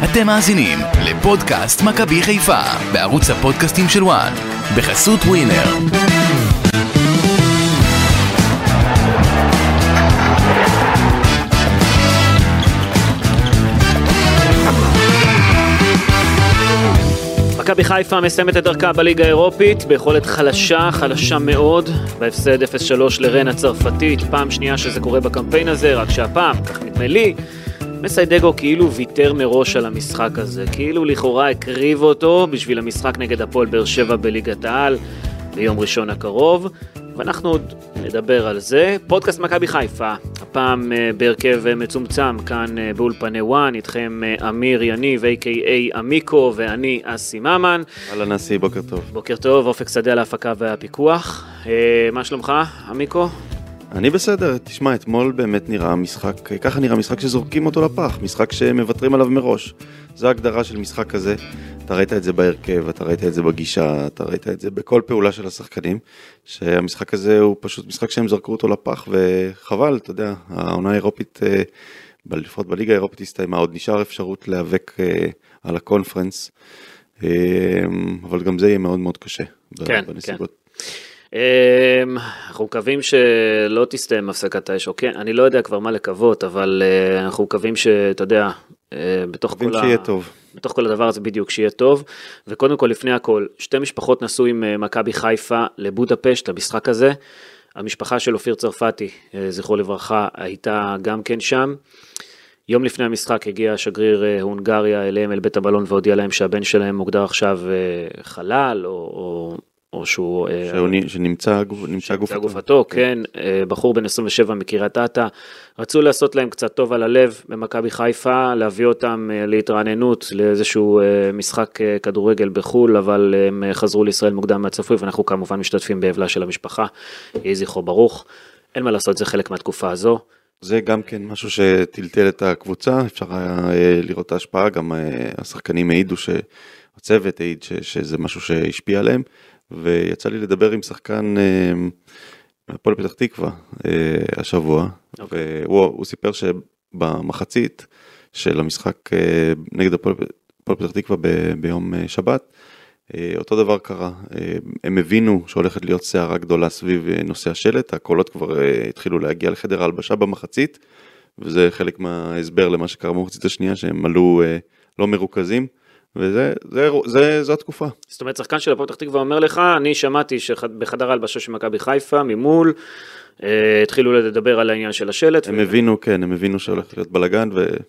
אתם מאזינים לפודקאסט מכבי חיפה בערוץ הפודקאסטים של וואן בחסות ווינר. מכבי חיפה מסיימת את דרכה בליגה האירופית ביכולת חלשה מאוד, בהפסד 0-3 לרן הצרפתית, פעם שנייה שזה קורה בקמפיין הזה, רק שהפעם, כך נדמה לי, מסיידגו כאילו ויתר מראש על המשחק הזה, כאילו לכאורה הקריב אותו בשביל המשחק נגד הפועל באר שבע בליגת העל ביום ראשון הקרוב, ואנחנו עוד נדבר על זה. פודקאסט מכבי חיפה, הפעם בהרכב מצומצם כאן באולפני וואן, איתכם אמיר יניב, a.k.a. אמיקו, ואני אסי ממן. אהלן אסי, בוקר טוב. בוקר טוב, אופק שדה על ההפקה והפיקוח. מה שלומך, אמיקו? אני בסדר, תשמע, אתמול באמת נראה משחק, ככה נראה משחק שזורקים אותו לפח, משחק שמוותרים עליו מראש. זו ההגדרה של משחק כזה. אתה ראית את זה בהרכב, אתה ראית את זה בגישה, אתה ראית את זה בכל פעולה של השחקנים, שהמשחק הזה הוא פשוט משחק שהם זרקו אותו לפח, וחבל, אתה יודע, העונה האירופית, לפחות בליגה האירופית הסתיימה, עוד נשאר אפשרות להיאבק על הקונפרנס, אבל גם זה יהיה מאוד מאוד קשה בנסיבות. אנחנו מקווים שלא תסתיים הפסקת האש, אוקיי? אני לא יודע כבר מה לקוות, אבל אנחנו מקווים שאתה יודע, בתוך כל הדבר הזה בדיוק שיהיה טוב, וקודם כל לפני הכל, שתי משפחות נסעו עם מכבי חיפה לבודפשט, למשחק הזה, המשפחה של אופיר צרפתי, זכרו לברכה, הייתה גם כן שם, יום לפני המשחק הגיע שגריר הונגריה אליהם אל בית הבלון, והודיע להם שהבן שלהם מוגדר עכשיו חלל, או שהוא שנמצא גופתו, כן, בחור בן 27 מקריית אתא, רצו לעשות להם קצת טוב על הלב במכבי חיפה, להביא אותם להתרעננות לאיזשהו משחק כדורגל בחול, אבל הם חזרו לישראל מוקדם מהצפוי, ואנחנו כמובן משתתפים באבלה של המשפחה, יהי זכרו ברוך, אין מה לעשות, זה חלק מהתקופה הזו. זה גם כן משהו שטלטל את הקבוצה, אפשר לראות את ההשפעה, גם השחקנים העידו שהצוות העיד שזה משהו שהשפיע עליהם, ויצא לי לדבר עם שחקן מהפועל פתח תקווה השבוע, והוא סיפר שבמחצית של המשחק נגד הפועל פתח תקווה ביום שבת, אותו דבר קרה, הם הבינו שהולכת להיות סערה גדולה סביב נושא השלט, הקולות כבר התחילו להגיע לחדר ההלבשה במחצית, וזה חלק מההסבר למה שקרה במחצית השנייה, שהם עלו לא מרוכזים, וזו התקופה. זאת אומרת, שחקן של הפועל פתח תקווה אומר לך, אני שמעתי שבחדר ההלבשה של מכבי חיפה, ממול, התחילו לדבר על העניין של השלט. הם הבינו, כן, הם הבינו שהולך להיות בלגן.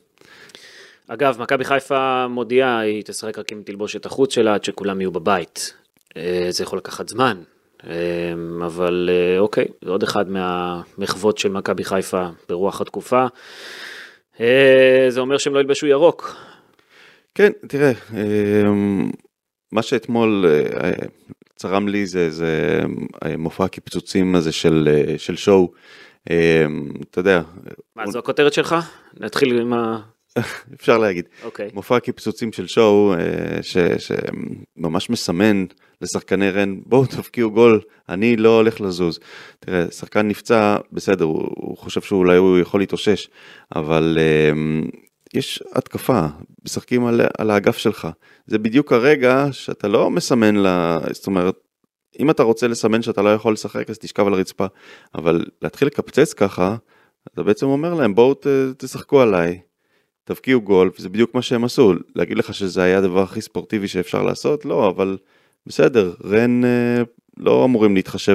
אגב, מכבי חיפה מודיעה, היא תשחק רק עם תלבושת החוץ שלה, עד שכולם יהיו בבית. זה יכול לקחת זמן, אבל אוקיי, זה עוד אחד מהמחוות של מכבי חיפה ברוח התקופה. זה אומר שהם לא ילבשו ירוק. כן, תראה, מה שאתמול צרם לי זה מופע קיפצוצים הזה של שואו, אתה יודע. מה, זו הכותרת שלך? נתחיל עם אפשר להגיד. מופע קיפצוצים של שואו, שממש מסמן לשחקני רן, בואו תפקיעו גול, אני לא הולך לזוז. תראה, שחקן נפצע, בסדר, הוא חושב שאולי הוא יכול להתאושש, אבל יש התקפה, משחקים על האגף שלך. זה בדיוק הרגע שאתה לא מסמן זאת אומרת, אם אתה רוצה לסמן שאתה לא יכול לשחק, אז תשכב על הרצפה. אבל להתחיל לקפצץ ככה, אתה בעצם אומר להם, בואו תשחקו עליי, תבקיעו גול, וזה בדיוק מה שהם עשו. להגיד לך שזה היה הדבר הכי ספורטיבי שאפשר לעשות? לא, אבל בסדר, רן לא אמורים להתחשב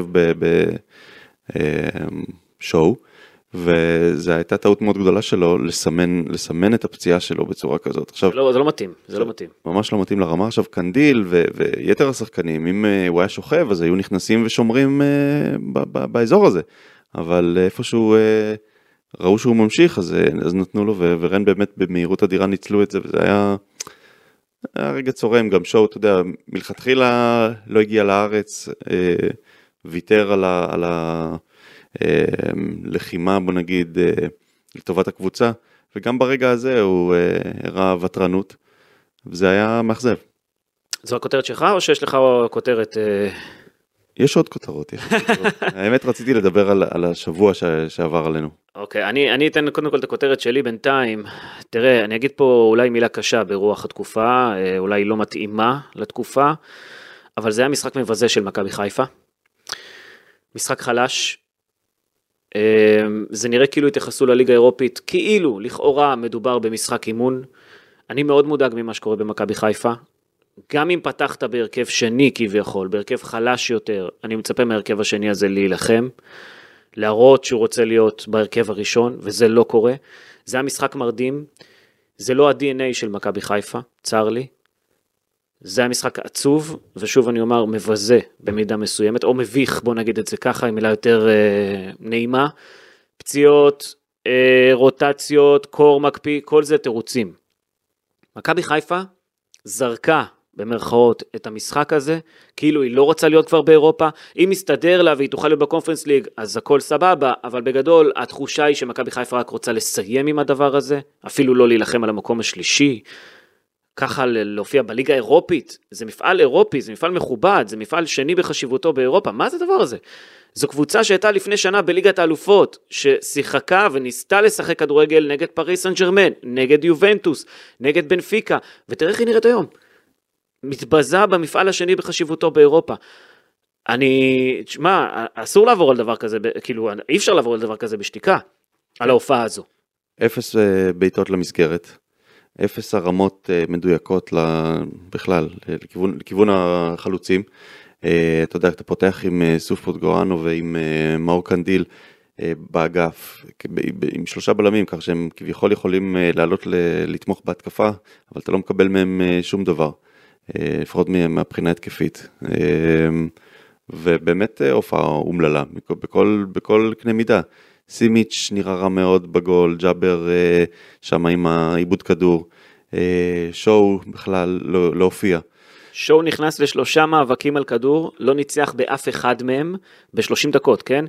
בשואו, וזו הייתה טעות מאוד גדולה שלו, לסמן את הפציעה שלו בצורה כזאת. עכשיו, זה לא מתאים, זה לא מתאים. ממש לא מתאים לרמה. עכשיו, קנדיל ויתר השחקנים, אם הוא היה שוכב, אז היו נכנסים ושומרים באזור הזה. אבל איפשהו ראו שהוא ממשיך, אז נתנו לו, ורן באמת במהירות אדירה ניצלו את זה, וזה היה רגע צורם. גם שואו, אתה יודע, מלכתחילה לא הגיע לארץ, ויתר על לחימה, בוא נגיד, לטובת הקבוצה, וגם ברגע הזה הוא הראה ותרנות, וזה היה מאכזב. זו הכותרת שלך, או שיש לך כותרת? יש עוד כותרות. האמת רציתי לדבר על השבוע שעבר עלינו. אוקיי, אני אתן קודם כל את הכותרת שלי בינתיים. תראה, אני אגיד פה אולי מילה קשה ברוח התקופה, אולי לא מתאימה לתקופה, אבל זה היה משחק מבזה של מכבי חיפה. משחק חלש. זה נראה כאילו התייחסו לליגה האירופית, כאילו, לכאורה מדובר במשחק אימון. אני מאוד מודאג ממה שקורה במכבי חיפה. גם אם פתחת בהרכב שני כביכול, בהרכב חלש יותר, אני מצפה מהרכב השני הזה להילחם. להראות שהוא רוצה להיות בהרכב הראשון, וזה לא קורה. זה המשחק מרדים, זה לא ה-DNA של מכבי חיפה, צר לי. זה המשחק עצוב, ושוב אני אומר, מבזה במידה מסוימת, או מביך, בוא נגיד את זה ככה, עם מילה יותר נעימה. פציעות, רוטציות, קור מקפיא, כל זה תירוצים. מכבי חיפה זרקה, במרכאות, את המשחק הזה, כאילו היא לא רוצה להיות כבר באירופה, אם מסתדר לה והיא תוכל להיות בקונפרנס ליג, אז הכל סבבה, אבל בגדול התחושה היא שמכבי חיפה רק רוצה לסיים עם הדבר הזה, אפילו לא להילחם על המקום השלישי, ככה להופיע בליגה האירופית, זה מפעל אירופי, זה מפעל מכובד, זה מפעל שני בחשיבותו באירופה, מה זה הדבר הזה? זו קבוצה שהייתה לפני שנה בליגת האלופות, ששיחקה וניסתה לשחק כדורגל נגד פריס סן ז'רמן, נגד יובנטוס, נגד בנפיקה, ותראה איך היא נראית היום. מתבזה במפעל השני בחשיבותו באירופה. אסור לעבור על דבר כזה, כאילו, אי אפשר לעבור על דבר כזה בשתיקה, על ההופעה הזו. 0 בעיטות למסגרת, 0 הרמות מדויקות בכלל, לכיוון החלוצים. אתה יודע, אתה פותח עם סוף פוטגורנו ועם מאור קנדיל באגף, עם 3 בלמים, כך שהם כביכול יכולים לעלות לתמוך בהתקפה, אבל אתה לא מקבל מהם שום דבר. לפחות מהבחינה התקפית, ובאמת הופעה אומללה, בכל קנה מידה. סימיץ' נראה רע מאוד בגול, ג'אבר שם עם העיבוד כדור, שואו בכלל לא הופיע. שואו נכנס ל3 מאבקים על כדור, לא ניצח באף אחד מהם, ב30 דקות, כן?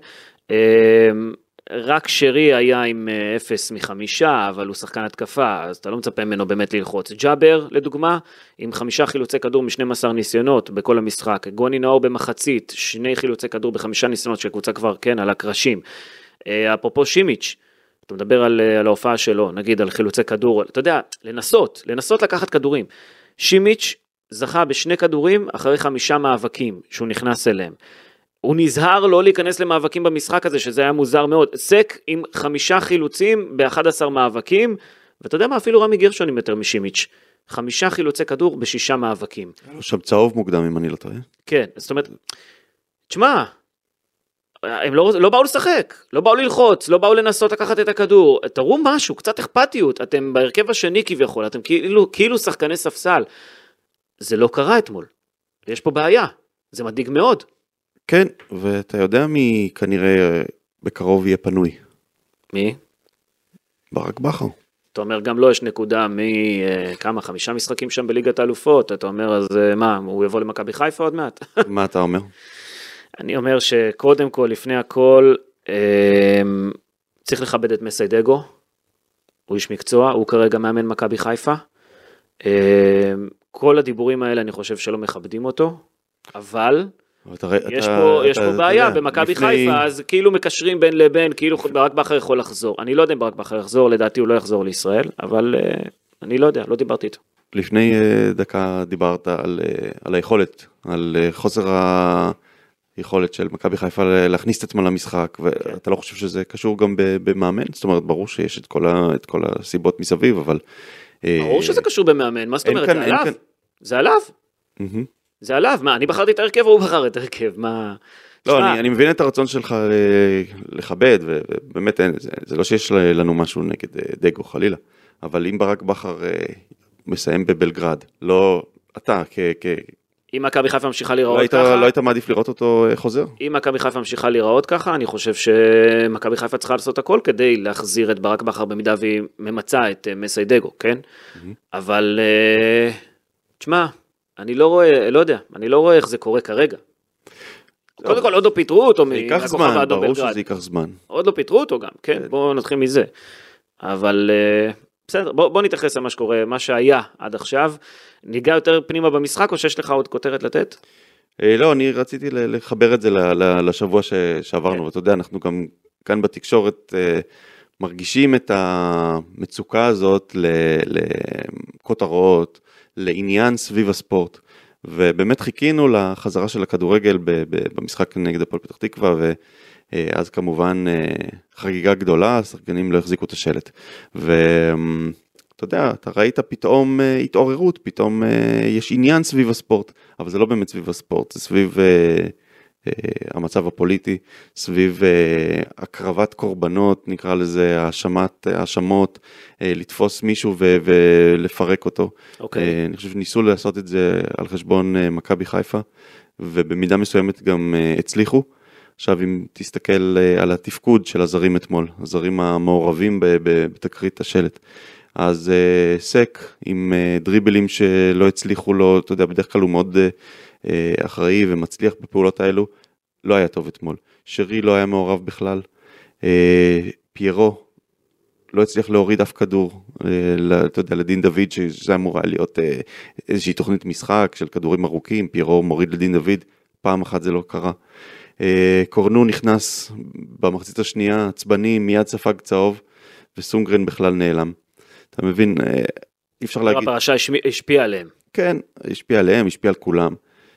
רק שרי היה עם 0 מ5, אבל הוא שחקן התקפה, אז אתה לא מצפה ממנו באמת ללחוץ. ג'אבר, לדוגמה, עם 5 חילוצי כדור מ12 ניסיונות בכל המשחק. גוני נאור במחצית, 2 חילוצי כדור ב5 ניסיונות של קבוצה כבר, כן, על הקרשים. אפרופו שימיץ', אתה מדבר על ההופעה שלו, נגיד על חילוצי כדור, אתה יודע, לנסות לקחת כדורים. שימיץ' זכה ב2 כדורים אחרי 5 מאבקים שהוא נכנס אליהם. הוא נזהר לא להיכנס למאבקים במשחק הזה, שזה היה מוזר מאוד. סק עם 5 חילוצים ב11 מאבקים, ואתה יודע מה, אפילו רמי גרשון עם יותר משימיץ'. 5 חילוצי כדור ב6 מאבקים. שם צהוב מוקדם אם אני לא טועה. כן, זאת אומרת, תשמע, הם לא באו לשחק, לא באו ללחוץ, לא באו לנסות לקחת את הכדור. תראו משהו, קצת אכפתיות, אתם בהרכב השני כביכול, אתם כאילו שחקני ספסל. זה לא קרה אתמול. יש פה בעיה, זה מדאיג מאוד. כן, ואתה יודע מי כנראה בקרוב יהיה פנוי? מי? ברק בכר. אתה אומר, גם לא יש נקודה מכמה, 5 משחקים שם בליגת האלופות, אתה אומר, אז מה, הוא יבוא למכבי חיפה עוד מעט? מה אתה אומר? אני אומר שקודם כל, לפני הכל, צריך לכבד את מסיידגו, הוא איש מקצוע, הוא כרגע מאמן מכבי חיפה, כל הדיבורים האלה אני חושב שלא מכבדים אותו, אבל יש פה בעיה במכבי חיפה, אז כאילו מקשרים בין לבין, כאילו ברק בכר יכול לחזור. אני לא יודע אם ברק בכר יחזור, לדעתי הוא לא יחזור לישראל, אבל אני לא יודע, לא דיברתי איתו. לפני דקה דיברת על היכולת, על חוסר היכולת של מכבי חיפה להכניס את עצמה למשחק, ואתה לא חושב שזה קשור גם במאמן? זאת אומרת, ברור שיש את כל הסיבות מסביב, אבל... ברור שזה קשור במאמן, מה זאת אומרת? זה עליו? זה עליו? זה עליו, מה, אני בחרתי את הרכב או הוא בחר את הרכב, מה... לא, אני מבין את הרצון שלך לכבד, ובאמת זה לא שיש לנו משהו נגד דגו חלילה, אבל אם ברק בכר מסיים בבלגרד, לא אתה אם מכבי חיפה ממשיכה להיראות ככה... לא היית מעדיף לראות אותו חוזר? אם מכבי חיפה ממשיכה להיראות ככה, אני חושב שמכבי חיפה צריכה לעשות הכל כדי להחזיר את ברק בכר במידה והיא ממצא את מסיידגו, כן? אבל, תשמע, אני לא רואה, לא יודע, אני לא רואה איך זה קורה כרגע. קודם כל, עוד לא פיתרו אותו ייקח זמן, ברור שזה ייקח זמן. עוד לא פיתרו אותו גם, כן? בואו נתחיל מזה. אבל... בסדר, בוא נתייחס על מה שקורה, מה שהיה עד עכשיו. ניגע יותר פנימה במשחק, או שיש לך עוד כותרת לתת? לא, אני רציתי לחבר את זה לשבוע שעברנו, ואתה יודע, אנחנו גם כאן בתקשורת מרגישים את המצוקה הזאת לכותרות, לעניין סביב הספורט, ובאמת חיכינו לחזרה של הכדורגל במשחק נגד הפועל פתח תקווה, ואז כמובן חגיגה גדולה, השחקנים לא החזיקו את השלט, ואתה יודע, אתה ראית פתאום התעוררות, פתאום יש עניין סביב הספורט, אבל זה לא באמת סביב הספורט, זה סביב המצב הפוליטי, סביב הקרבת קורבנות, נקרא לזה, האשמות, לתפוס מישהו ולפרק אותו. אני חושב שניסו לעשות את זה על חשבון מכבי חיפה, ובמידה מסוימת גם הצליחו. עכשיו אם תסתכל על התפקוד של הזרים אתמול, הזרים המעורבים בתקרית השלט, אז סק עם דריבלים שלא הצליחו לו, אתה יודע, בדרך כלל הוא מאוד אחראי ומצליח בפעולות האלו, לא היה טוב אתמול. שרי לא היה מעורב בכלל. פיירו לא הצליח להוריד אף כדור, אתה יודע, לדין דוד, שזה אמורה להיות איזושהי תוכנית משחק של כדורים ארוכים, פיירו מוריד לדין דוד, פעם אחת זה לא קרה. קורנו נכנס במחצית השנייה, עצבני, מיד ספג צהוב, וסונגרן בכלל נעלם. אתה מבין, אי אפשר להגיד... הפרשה השפיעה עליהם. כן, השפיע עליהם, השפיע על כולם.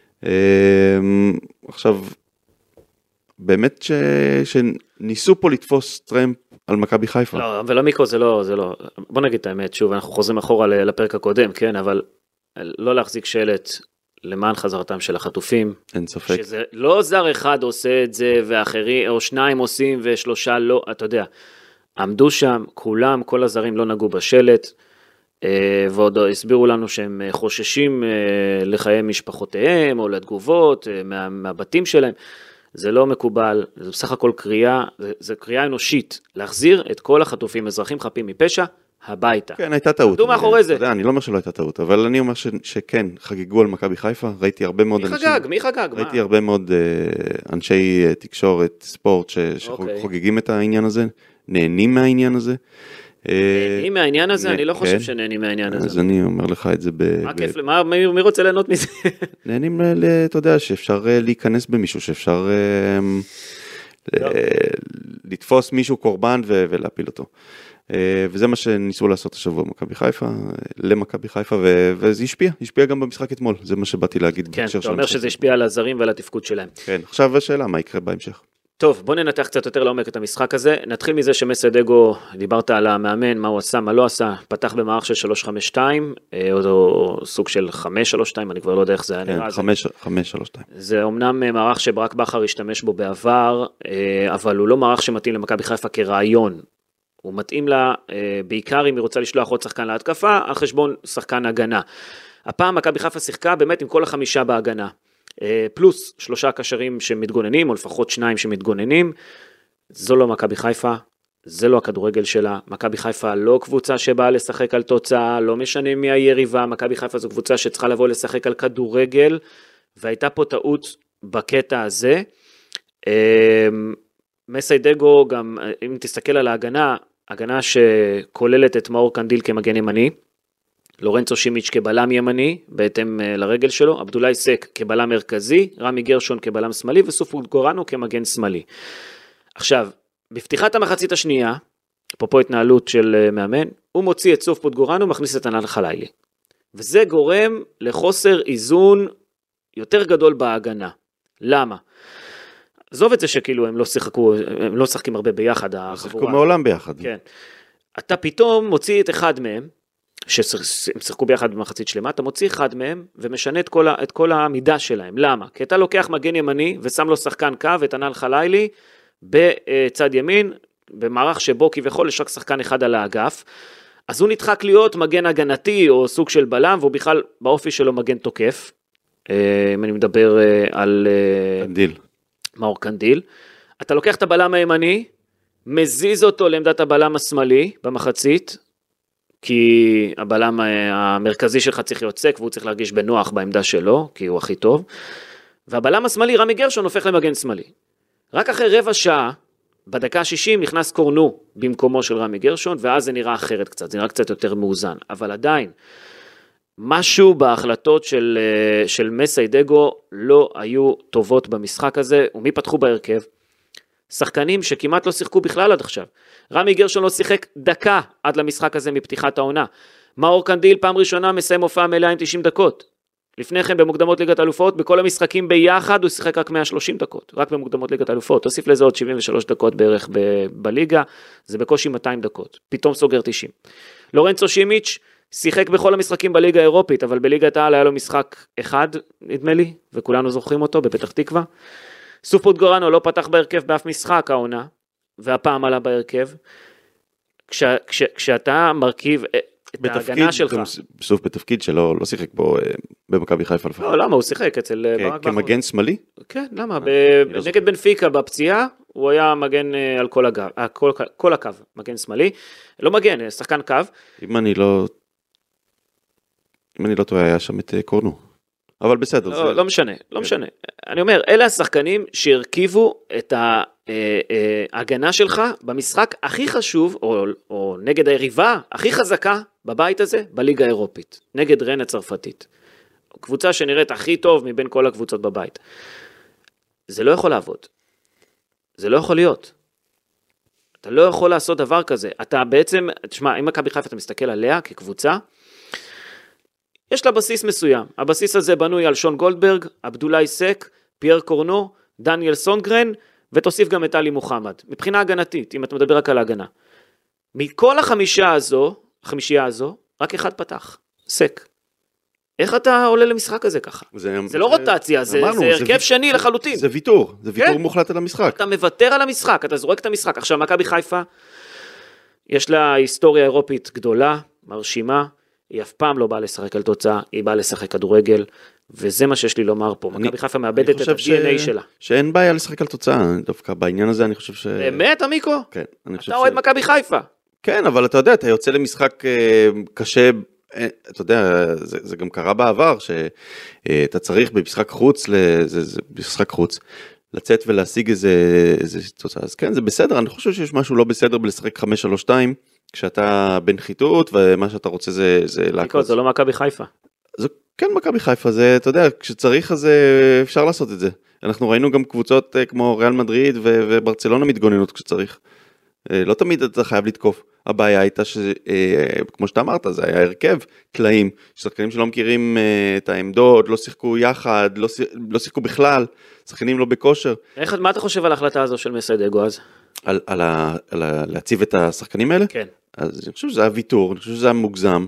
עכשיו, באמת שניסו פה לתפוס טרמפ על מכבי חיפה. לא, ולא מיקרו, זה לא. בוא נגיד את האמת, שוב, אנחנו חוזרים אחורה לפרק הקודם, כן, אבל לא להחזיק שלט למען חזרתם של החטופים. אין ספק. שזה לא זר אחד עושה את זה, ואחרים, או שניים עושים ושלושה לא, אתה יודע. עמדו שם, כולם, כל הזרים לא נגעו בשלט, ועוד הסבירו לנו שהם חוששים לחיי משפחותיהם, או לתגובות מהבתים שלהם. זה לא מקובל, זה בסך הכל קריאה, זה קריאה אנושית, להחזיר את כל החטופים, אזרחים חפים מפשע, הביתה. כן, הייתה טעות. עמדו מאחורי זה. אתה יודע, אני לא אומר שלא הייתה טעות, אבל אני אומר שכן, חגגו על מכבי חיפה, ראיתי הרבה מאוד אנשים. מי חגג? ראיתי הרבה מאוד אנשי תקשורת, ספורט, שחוגגים את העניין הזה, נהנים מהעניין הזה. נהנים מהעניין הזה? אני לא חושב שנהנים מהעניין הזה. אז אני אומר לך את זה מה כיף, מי רוצה ליהנות מזה? נהנים, אתה יודע, שאפשר להיכנס במישהו, שאפשר לתפוס מישהו קורבן ולהפיל אותו. וזה מה שניסו לעשות השבוע במכבי חיפה, למכבי חיפה, וזה השפיע גם במשחק אתמול, זה מה שבאתי להגיד. כן, אתה אומר שזה השפיע על הזרים ועל התפקוד שלהם. כן, עכשיו השאלה, מה יקרה בהמשך? טוב, בוא ננתח קצת יותר לעומק את המשחק הזה. נתחיל מזה שמסיידגו, דיברת על המאמן, מה הוא עשה, מה לא עשה, פתח במערך של 3-5-2, או סוג של 5-3-2, אני כבר לא יודע איך זה היה נראה. 5-3-2. זה אומנם מערך שברק בכר השתמש בו בעבר, אבל הוא לא מערך שמתאים למכבי חיפה כרעיון. הוא מתאים לה, בעיקר אם היא רוצה לשלוח עוד שחקן להתקפה, על חשבון שחקן הגנה. הפעם מכבי חיפה שיחקה באמת עם כל החמישה בהגנה. פלוס 3 קשרים שמתגוננים, או לפחות 2 שמתגוננים. זו לא מכבי חיפה, זה לא הכדורגל שלה. מכבי חיפה לא קבוצה שבאה לשחק על תוצאה, לא משנה מי היריבה. מכבי חיפה זו קבוצה שצריכה לבוא לשחק על כדורגל, והייתה פה טעות בקטע הזה. מסיידגו גם, אם תסתכל על ההגנה, הגנה שכוללת את מאור קנדיל כמגן ימני, לורנצו שימיץ' כבלם ימני, בהתאם לרגל שלו, עבדולאי סק כבלם מרכזי, רמי גרשון כבלם שמאלי, וסוף פוטגורנו כמגן שמאלי. עכשיו, בפתיחת המחצית השנייה, פה התנהלות של מאמן, הוא מוציא את סוף פוטגורנו, מכניס את ענן חלילי. וזה גורם לחוסר איזון יותר גדול בהגנה. למה? עזוב את זה שכאילו הם לא שחקים הרבה ביחד, שיחקו מעולם ביחד. כן. אתה פתאום מוציא את אחד מהם, שהם שיחקו ביחד במחצית שלמה, אתה מוציא אחד מהם ומשנה את כל העמידה שלהם. למה? כי אתה לוקח מגן ימני ושם לו שחקן קו, את ענן חלילי, בצד ימין, במערך שבו כביכול יש רק שחקן אחד על האגף, אז הוא נדחק להיות מגן הגנתי או סוג של בלם, והוא בכלל באופי שלו מגן תוקף. אם אני מדבר על קנדיל. מאור קנדיל. אתה לוקח את הבלם הימני, מזיז אותו לעמדת הבלם השמאלי במחצית, כי הבלם המרכזי שלך צריך להיות סק, והוא צריך להרגיש בנוח בעמדה שלו, כי הוא הכי טוב. והבלם השמאלי, רמי גרשון, הופך למגן שמאלי. רק אחרי רבע שעה, בדקה ה-60 נכנס קורנו במקומו של רמי גרשון, ואז זה נראה אחרת קצת, זה נראה קצת יותר מאוזן. אבל עדיין, משהו בהחלטות של מסיידגו לא היו טובות במשחק הזה, ומי פתחו בהרכב? שחקנים שכמעט לא שיחקו בכלל עד עכשיו. רמי גרשון לא שיחק דקה עד למשחק הזה מפתיחת העונה. מאור קנדיל פעם ראשונה מסיים הופעה מלאה עם 90 דקות. לפני כן במוקדמות ליגת האלופות, בכל המשחקים ביחד הוא שיחק רק 130 דקות, רק במוקדמות ליגת האלופות, תוסיף לזה עוד 73 דקות בערך בליגה, זה בקושי 200 דקות, פתאום סוגר 90. לורנצו שימיץ' שיחק בכל המשחקים בליגה האירופית, אבל בליגת העל היה לו משחק אחד, נדמה לי, וכולנו זוכרים אותו בפתח תקווה. סופוטגורנו לא פתח בהרכב באף משחק העונה, והפעם עלה בהרכב. כשאתה מרכיב את ההגנה שלך. בסוף בתפקיד שלא שיחק בו במכבי חיפה לפחות. לא, למה? הוא שיחק אצל כמגן שמאלי? כן, למה? נגד בנפיקה בפציעה, הוא היה מגן על כל הקו, מגן שמאלי. לא מגן, שחקן קו. אם אני לא טועה, היה שם את קורנו. אבל בסדר. לא משנה, לא משנה. אני אומר, אלה השחקנים שהרכיבו את ההגנה שלך במשחק הכי חשוב, או נגד היריבה הכי חזקה בבית הזה, בליגה האירופית, נגד רן הצרפתית. קבוצה שנראית הכי טוב מבין כל הקבוצות בבית. זה לא יכול לעבוד. זה לא יכול להיות. אתה לא יכול לעשות דבר כזה. אתה בעצם, תשמע, אם מכבי חיפה אתה מסתכל עליה כקבוצה, יש לה בסיס מסוים. הבסיס הזה בנוי על שון גולדברג, עבדולאי סק, פייר קורנו, דניאל סונגרן, ותוסיף גם את אלי מוחמד. מבחינה הגנתית, אם אתה מדבר רק על ההגנה. מכל החמישייה הזו, רק אחד פתח, סק. איך אתה עולה למשחק הזה ככה? זה לא רוטציה, זה הרכב שני לחלוטין. זה ויתור מוחלט על המשחק. אתה מוותר על המשחק, אתה זורק את המשחק. עכשיו, מכבי חיפה, יש לה היסטוריה אירופית גדולה, מרשימה, היא אף פעם לא באה לשחק על תוצאה, היא באה לשחק כדורגל, וזה מה שיש לי לומר פה. מכבי חיפה מאבדת את ה-DNA שלה. שאין בעיה לשחק על תוצאה, דווקא בעניין הזה אני חושב באמת, עמיקו? כן. אתה אוהד מכבי חיפה. כן, אבל אתה יודע, אתה יוצא למשחק קשה, אתה יודע, זה גם קרה בעבר, שאתה צריך במשחק חוץ, לצאת ולהשיג איזה תוצאה. אז כן, זה בסדר, אני חושב שיש משהו לא בסדר בלשחק 5-3-2, כשאתה בנחיתות, ומה שאתה רוצה זה להקרוץ. זה לא מכבי חיפה. זה כן מכבי חיפה, זה, אתה יודע, כשצריך אז אפשר לעשות את זה. אנחנו ראינו גם קבוצות כמו ריאל מדריד וברצלונה מתגוננות כשצריך. לא תמיד אתה חייב לתקוף. הבעיה הייתה כמו שאתה אמרת, זה היה הרכב תלאים, שחקנים שלא מכירים את העמדות, לא שיחקו יחד, לא שיחקו בכלל, שחקנים לא בכושר. מה אתה חושב על ההחלטה הזו של מסיידגו אז? על להציב את השחקנים האלה? כן. אז אני חושב שזה היה ויתור, אני חושב שזה היה מוגזם,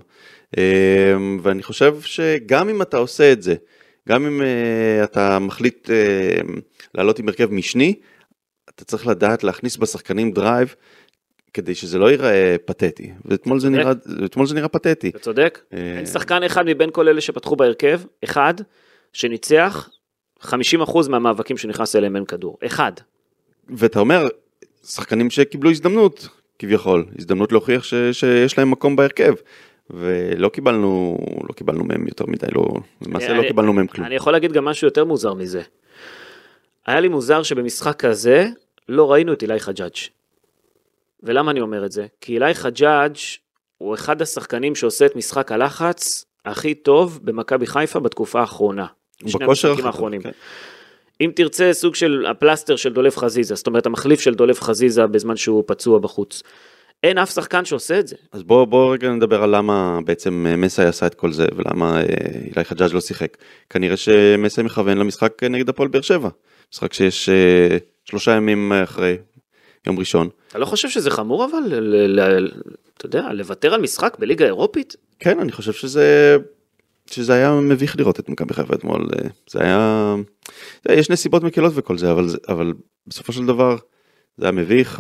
ואני חושב שגם אם אתה עושה את זה, גם אם אתה מחליט לעלות עם הרכב משני, אתה צריך לדעת להכניס בשחקנים דרייב, כדי שזה לא ייראה פתטי, ואתמול זה נראה פתטי. אתה צודק? אין שחקן אחד מבין כל אלה שפתחו בהרכב, אחד שניצח 50% מהמאבקים שנכנס אליהם אין כדור, אחד. ואתה אומר, שחקנים שקיבלו הזדמנות, כביכול, הזדמנות להוכיח שיש להם מקום בהרכב, ולא קיבלנו מהם יותר מדי, למעשה לא קיבלנו מהם כלום. אני יכול להגיד גם משהו יותר מוזר מזה. היה לי מוזר שבמשחק כזה לא ראינו את אילי חג'אג'. ולמה אני אומר את זה? כי אילי חג'אג' הוא אחד השחקנים שעושה את משחק הלחץ הכי טוב במכבי חיפה בתקופה האחרונה. בכושר האחרונים. אם תרצה סוג של הפלסטר של דולף חזיזה, זאת אומרת המחליף של דולף חזיזה בזמן שהוא פצוע בחוץ. אין אף שחקן שעושה את זה. אז בוא רגע נדבר על למה בעצם מסי עשה את כל זה, ולמה אילי חג'אג' לא שיחק. כנראה שמסי מכוון למשחק נגד הפועל באר שבע. משחק שיש 3 ימים אחרי יום ראשון. אתה לא חושב שזה חמור אבל, אתה יודע, לוותר על משחק בליגה האירופית? כן, אני חושב שזה היה מביך לראות את מכבי חיפה אתמול. זה היה, יש נסיבות מקלות וכל זה, אבל בסופו של דבר זה היה מביך,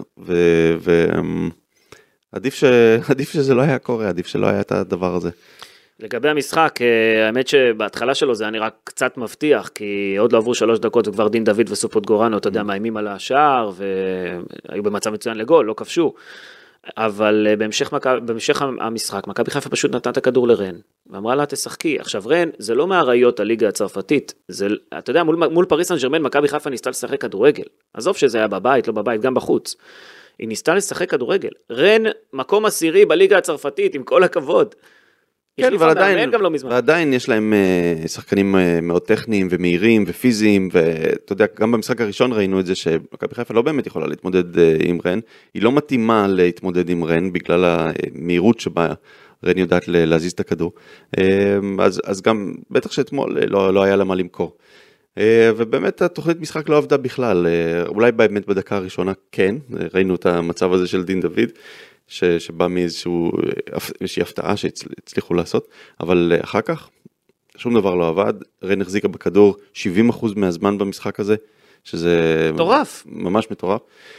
עדיף שזה לא היה קורה, עדיף שלא היה את הדבר הזה. לגבי המשחק, האמת שבהתחלה שלו זה היה נראה קצת מבטיח, כי עוד לא עברו 3 דקות וכבר דין דוד וסופוטגורנו, אתה יודע, מאיימים על השער, והיו במצב מצוין לגול, לא כבשו. אבל בהמשך המשחק, מכבי חיפה פשוט נתנה את הכדור לרן, ואמרה לה תשחקי. עכשיו רן, זה לא מהראיות הליגה הצרפתית, אתה יודע, מול פריס סן ז'רמן, מכבי חיפה ניסתה לשחק כדורגל. עזוב שזה היה בבית, לא בבית, גם בחוץ. היא ניסתה לשחק כדורגל. רן, מקום 10 בליגה הצרפתית, עם כל הכבוד. כן, ועדיין יש להם שחקנים מאוד טכניים ומהירים ופיזיים, ואתה יודע, גם במשחק הראשון ראינו את זה שמכבי חיפה לא באמת יכולה להתמודד עם רן, היא לא מתאימה להתמודד עם רן, בגלל המהירות שבה רן יודעת להזיז את הכדור, אז גם בטח שאתמול לא היה לה מה למכור. ובאמת התוכנית משחק לא עבדה בכלל, אולי באמת בדקה הראשונה כן, ראינו את המצב הזה של דין דוד, שבא מאיזושהי הפתעה שהצליחו לעשות, אבל אחר כך שום דבר לא עבד, רן החזיקה בכדור 70% מהזמן במשחק הזה, שזה מטורף. ממש מטורף,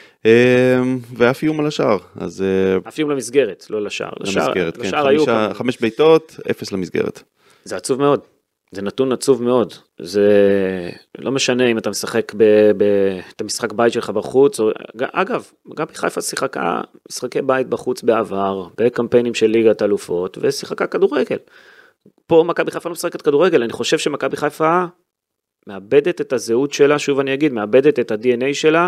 ואף איום על השער. אף איום למסגרת, לא לשער. למסגרת, כן, 5 בעיטות, 0 למסגרת. זה עצוב מאוד. זה נתון עצוב מאוד, זה לא משנה אם אתה משחק את המשחק בית שלך בחוץ, אגב, גם חיפה שיחקה משחקי בית בחוץ בעבר, בקמפיינים של ליגת אלופות, ושיחקה כדורגל. פה מכבי חיפה לא משחקת כדורגל, אני חושב שמכבי חיפה מאבדת את הזהות שלה, שוב אני אגיד, מאבדת את ה-DNA שלה,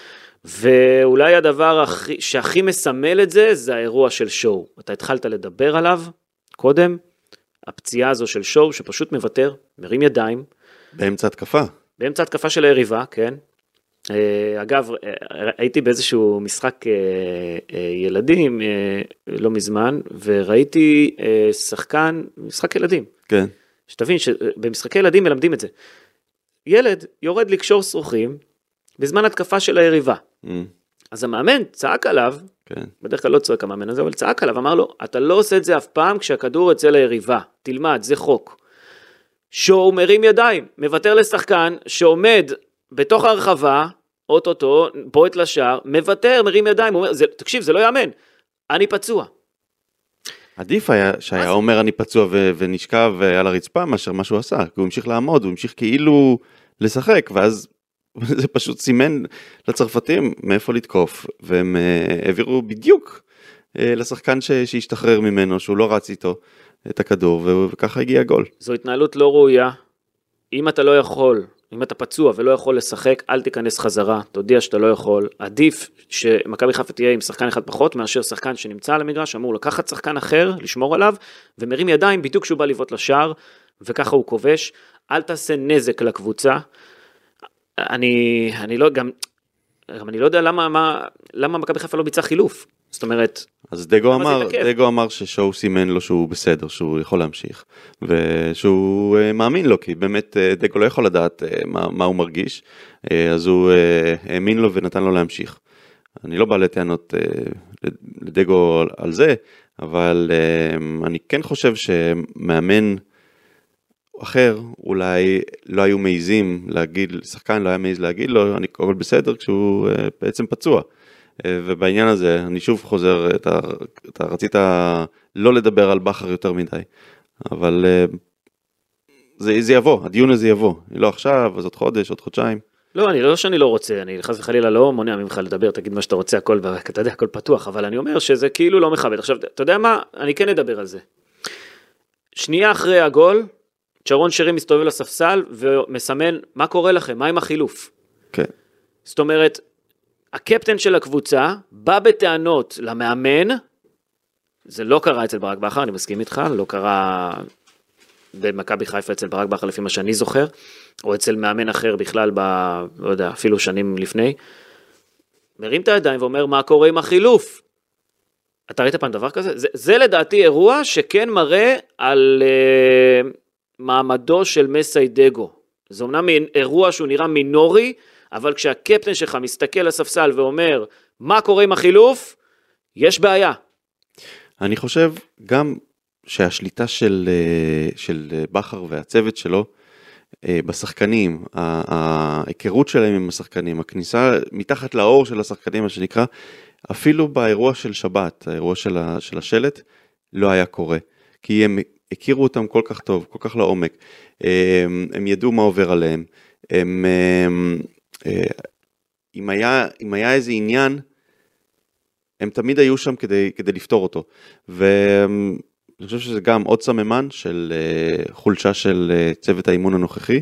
ואולי הדבר שהכי מסמל את זה, זה האירוע של שואו. אתה התחלת לדבר עליו קודם, הפציעה הזו של שואו, שפשוט מוותר, מרים ידיים. באמצע התקפה. באמצע התקפה של היריבה, כן. אגב, הייתי באיזשהו משחק ילדים, לא מזמן, וראיתי משחק ילדים. כן. שתבין שבמשחקי ילדים מלמדים את זה. ילד יורד לקשור שרוכים, בזמן התקפה של היריבה. אז המאמן צעק עליו, כן. בדרך כלל לא צועק המאמן הזה, אבל צעק עליו, אמר לו, אתה לא עושה את זה אף פעם כשהכדור אצל היריבה, תלמד, זה חוק. שואו מרים ידיים, מוותר לשחקן שעומד בתוך הרחבה, אוטוטו, בועט לשער, מוותר, מרים ידיים, אומר, תקשיב, זה לא יאמן, אני פצוע. עדיף היה שהיה אומר אני פצוע ונשכב על הרצפה, מאשר מה שהוא עשה, כי הוא המשיך לעמוד, הוא המשיך כאילו לשחק, ואז זה פשוט סימן לצרפתים מאיפה לתקוף, והם העבירו בדיוק לשחקן שהשתחרר ממנו, שהוא לא רץ איתו את הכדור, וככה הגיע הגול. זו התנהלות לא ראויה. אם אתה לא יכול, אם אתה פצוע ולא יכול לשחק, אל תיכנס חזרה, תודיע שאתה לא יכול. עדיף שמכבי חיפה תהיה עם שחקן אחד פחות, מאשר שחקן שנמצא על המגרש, אמור לקחת שחקן אחר, לשמור עליו, ומרים ידיים בדיוק כשהוא בא לבעוט לשער, וככה הוא כובש. אל תעשה נזק לקבוצה. אני לא גם אני לא יודע למה מכבי חיפה לא ביצע חילוף. זאת אומרת, אז דגו אמר ששואו סימן לו שהוא בסדר, שהוא יכול להמשיך, ושהוא מאמין לו, כי באמת דגו לא יכול לדעת מה הוא מרגיש, אז הוא האמין לו ונתן לו להמשיך. אני לא בא לטענות לדגו על זה, אבל אני כן חושב שמאמן אחר, אולי לא היו מעיזים להגיד, שחקן לא היה מעיז להגיד לו, אני הכל בסדר כשהוא בעצם פצוע. ובעניין הזה, אני שוב חוזר, אתה רצית לא לדבר על בחר יותר מדי, אבל זה יבוא, הדיון הזה יבוא, לא עכשיו, אז עוד חודש, עוד חודשיים. לא, אני לא שאני לא רוצה, אני חס וחלילה לא מונע ממך לדבר, תגיד מה שאתה רוצה, הכל, אתה יודע, הכל פתוח, אבל אני אומר שזה כאילו לא מכבד. עכשיו, אתה יודע מה? אני כן אדבר על זה. שנייה אחרי הגול, שרון שרי מסתובב לספסל ומסמן מה קורה לכם, מה עם החילוף. כן. זאת אומרת, הקפטן של הקבוצה בא בטענות למאמן, זה לא קרה אצל ברק בכר, אני מסכים איתך, לא קרה במכבי חיפה אצל ברק בכר לפי מה שאני זוכר, או אצל מאמן אחר בכלל, לא יודע, אפילו שנים לפני, מרים את הידיים ואומר מה קורה עם החילוף. אתה ראית פעם דבר כזה? זה לדעתי אירוע שכן מראה על מעמדו של מסיידגו. זה אומנם אירוע שהוא נראה מינורי, אבל כשהקפטן שלך מסתכל לספסל ואומר, מה קורה עם החילוף? יש בעיה. אני חושב גם שהשליטה של בכר והצוות שלו, בשחקנים, ההיכרות שלהם עם השחקנים, הכניסה מתחת לאור של השחקנים, מה שנקרא, אפילו באירוע של שבת, האירוע של השלט, לא היה קורה. כי הם הכירו אותם כל כך טוב, כל כך לעומק. הם ידעו מה עובר עליהם. אם היה איזה עניין, הם תמיד היו שם כדי לפתור אותו. ואני חושב שזה גם עוד סממן של חולשה של צוות האימון הנוכחי.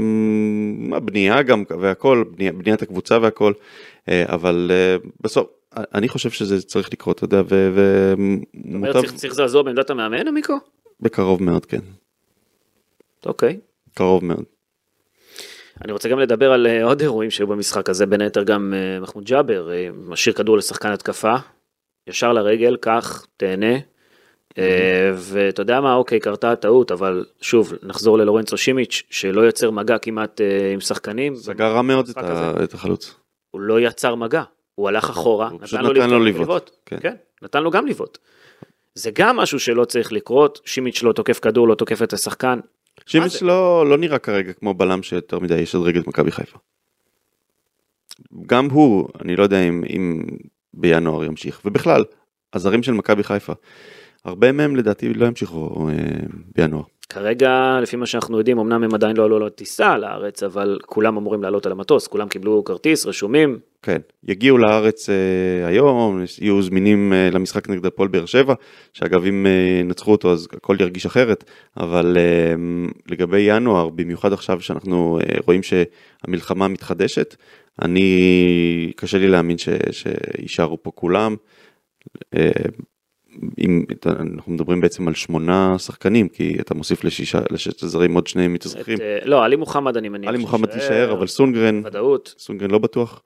הבנייה גם והכל, בניית הקבוצה והכל, אבל בסוף, אני חושב שזה צריך לקרות, אתה יודע, צריך לעזור בעמדת המאמן, עמיקו? בקרוב מאוד, כן. אוקיי. קרוב מאוד. אני רוצה גם לדבר על עוד אירועים שהיו במשחק הזה, בין היתר גם מחמוד ג'אבר, משאיר כדור לשחקן התקפה, ישר לרגל, כך, תהנה, ואתה יודע מה, אוקיי, קרתה טעות, אבל שוב, נחזור ללורנצו שימיץ', שלא יוצר מגע כמעט עם שחקנים. סגר רע מאוד את החלוץ. הוא לא יצר מגע, הוא הלך אחורה, נתן לו לבעוט. כן, נתן לו גם לבעוט. זה גם משהו שלא צריך לקרות, שימיץ' לא תוקף כדור, לא תוקף את השחקן. שימיץ' לא נראה כרגע כמו בלם שיותר מדי ישדרג את מכבי חיפה. גם הוא, אני לא יודע אם בינואר ימשיך, ובכלל, הזרים של מכבי חיפה, הרבה מהם לדעתי לא ימשיכו בינואר. כרגע, לפי מה שאנחנו יודעים, אמנם הם עדיין לא עלו לטיסה לארץ, אבל כולם אמורים לעלות על המטוס, כולם קיבלו כרטיס, רשומים. כן, יגיעו לארץ היום, יהיו זמינים למשחק נגד הפועל באר שבע, שאגב אם נצחו אותו אז הכל ירגיש אחרת, אבל לגבי ינואר, במיוחד עכשיו שאנחנו רואים שהמלחמה מתחדשת, קשה לי להאמין שישארו פה כולם, אנחנו מדברים בעצם על 8 שחקנים, כי אתה מוסיף לששת הזרים עוד 2 מתאזרחים. לא, עלי מוחמד אני מניח. עלי מוחמד תישאר, אבל סונגרן, סונגרן לא בטוח.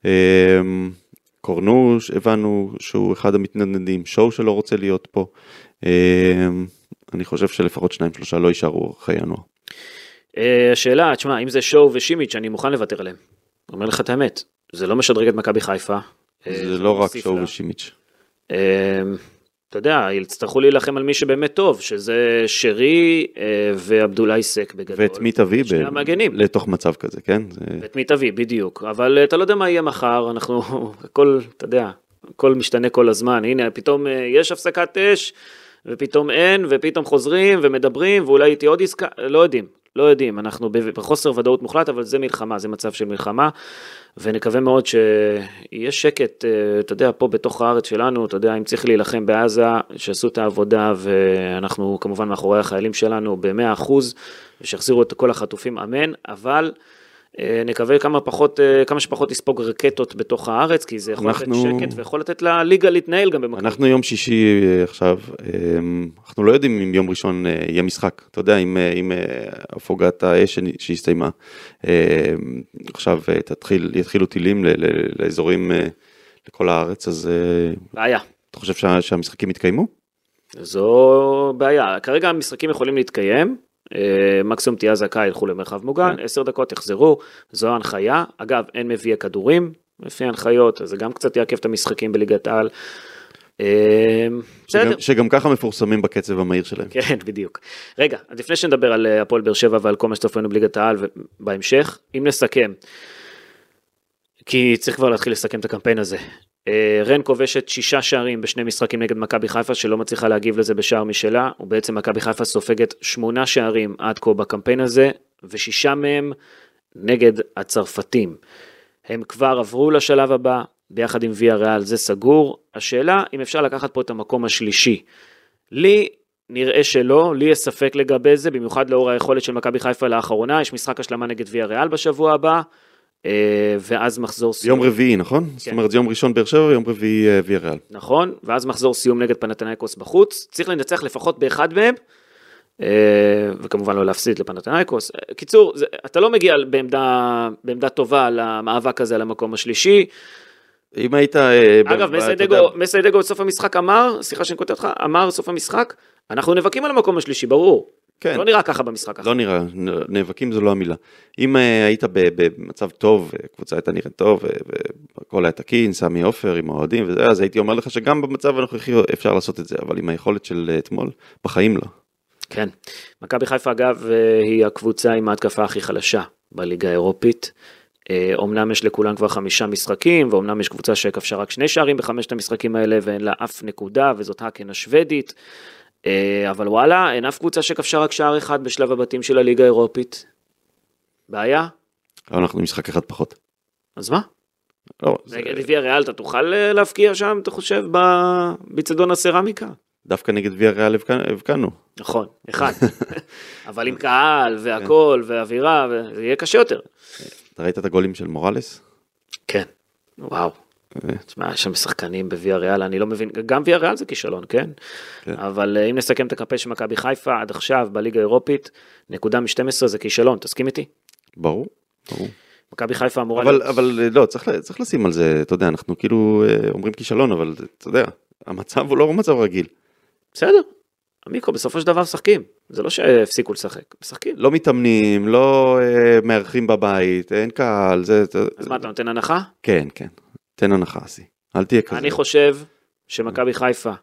קורנוש, הבנו שהוא אחד המתנדנדים, שואו שלא רוצה להיות פה. אני חושב שלפחות 2-3 לא יישארו אחרי ינואר. השאלה, תשמע, אם זה שואו ושימיץ', אני מוכן לוותר עליהם. אומר לך את האמת, זה לא משדרג את מכבי חיפה. זה לא רק שואו ושימיץ'. אתה יודע, יצטרכו להילחם על מי שבאמת טוב, שזה שרי ועבדולאי סק בגדול. ואת מי תביא לתוך מצב כזה, כן? ואת מי תביא, בדיוק. אבל אתה לא יודע מה יהיה מחר, אנחנו, הכל, אתה יודע, הכל משתנה כל הזמן. הנה, פתאום יש הפסקת אש, ופתאום אין, ופתאום חוזרים ומדברים, ואולי תהיה עוד עסקה, לא יודעים, אנחנו בחוסר ודאות מוחלט, אבל זה מלחמה, זה מצב של מלחמה, ונקווה מאוד שיהיה שקט, אתה יודע, פה בתוך הארץ שלנו, אתה יודע, אם צריך להילחם בעזה, שעשו את העבודה, ואנחנו כמובן מאחורי החיילים שלנו ב100%, ושיחזירו את כל החטופים, אמן, אבל נקווה כמה שפחות לספוג רקטות בתוך הארץ, כי זה יכול לתת שקט, ויכול לתת לליגה להתנהל גם במקום. אנחנו יום שישי עכשיו, אנחנו לא יודעים אם יום ראשון יהיה משחק, אתה יודע, אם הפוגת האש שהסתיימה, עכשיו יתחילו טילים לאזורים, לכל הארץ, אז בעיה. אתה חושב שהמשחקים יתקיימו? זו בעיה, כרגע המשחקים יכולים להתקיים, מקסימום תהיה זכאי, ילכו למרחב מוגן, 10 דקות יחזרו, זו ההנחיה, אגב אין מביא כדורים, לפי ההנחיות, אז זה גם קצת יעכב את המשחקים בליגת העל, שגם ככה מפורסמים בקצב המהיר שלהם. כן, בדיוק. רגע, אז לפני שנדבר על הפועל באר שבע ועל כל מה שצופנו בליגת העל ובהמשך, אם נסכם, כי צריך כבר להתחיל לסכם את הקמפיין הזה, רן כובשת 6 שערים בשני משחקים נגד מכבי חיפה, שלא מצליחה להגיב לזה בשער משלה, ובעצם מכבי חיפה סופגת 8 שערים עד כה בקמפיין הזה, ו6 מהם נגד הצרפתים. הם כבר עברו לשלב הבא, ביחד עם ויה ריאל, זה סגור. השאלה, אם אפשר לקחת פה את המקום השלישי. לי נראה שלא, לי יש ספק לגבי זה, במיוחד לאור היכולת של מכבי חיפה לאחרונה, יש משחק השלמה נגד ויה ריאל בשבוע הבא, ואז מחזור סיום. יום רביעי, נכון? כן. זאת אומרת, זה יום ראשון באר שבע, יום רביעי ויה ריאל. נכון, ואז מחזור סיום נגד פנתנייקוס בחוץ, צריך לנצח לפחות באחד מהם, וכמובן לא להפסיד לפנתנייקוס. קיצור, אתה לא מגיע בעמדה טובה למאבק הזה על המקום השלישי. אם היית... אגב, מסיידגו בסוף המשחק אמר, סליחה שאני כותב אותך, אמר סוף המשחק, אנחנו נאבקים על המקום השלישי, ברור. כן. לא נראה ככה במשחק הזה. לא נראה, נאבקים זו לא המילה. אם היית במצב טוב, קבוצה הייתה נראית טוב, והכל היה תקין, סמי עופר עם האוהדים וזה, אז הייתי אומר לך שגם במצב הנוכחי אפשר לעשות את זה, אבל עם היכולת של אתמול, בחיים לא. כן. מכבי חיפה אגב היא הקבוצה עם ההתקפה הכי חלשה בליגה האירופית. אומנם יש לכולם כבר 5 משחקים, ואומנם יש קבוצה שכבשה רק 2 שערים ב5 המשחקים האלה, ואין לה אף נקודה, וזאת הקן השוודית. אבל וואלה, אין אף קבוצה שכבשה רק שער אחד בשלב הבתים של הליגה האירופית. בעיה? אנחנו משחק אחד פחות. אז מה? נגד ויה ריאל, אתה תוכל להפקיע שם, אתה חושב, בצדון הסרמיקה? דווקא נגד ויה ריאל הבקענו. נכון, אחד. אבל עם קהל והכל והאווירה, זה יהיה קשה יותר. אתה ראית את הגולים של מורלס? כן, וואו. תשמע, יש שם שחקנים בוויה ריאל, אני לא מבין, גם ויה ריאל זה כישלון, כן? אבל אם נסכם את הקמפיין של מכבי חיפה, עד עכשיו בליגה האירופית, נקודה מ-12 זה כישלון, תסכים איתי? ברור. מכבי חיפה אמורה... אבל לא, צריך לשים על זה, אתה יודע, אנחנו כאילו אומרים כישלון, אבל אתה יודע, המצב הוא לא מצב רגיל. בסדר, המיקרו בסופו של דבר משחקים, זה לא שהפסיקו לשחק, משחקים. לא מתאמנים, לא מארחים בבית, אין קהל, זה... אז מה, אתה נותן הנחה? כן, תן הנחה, עשי. אל תהיה כזה. אני חושב שמכבי חיפה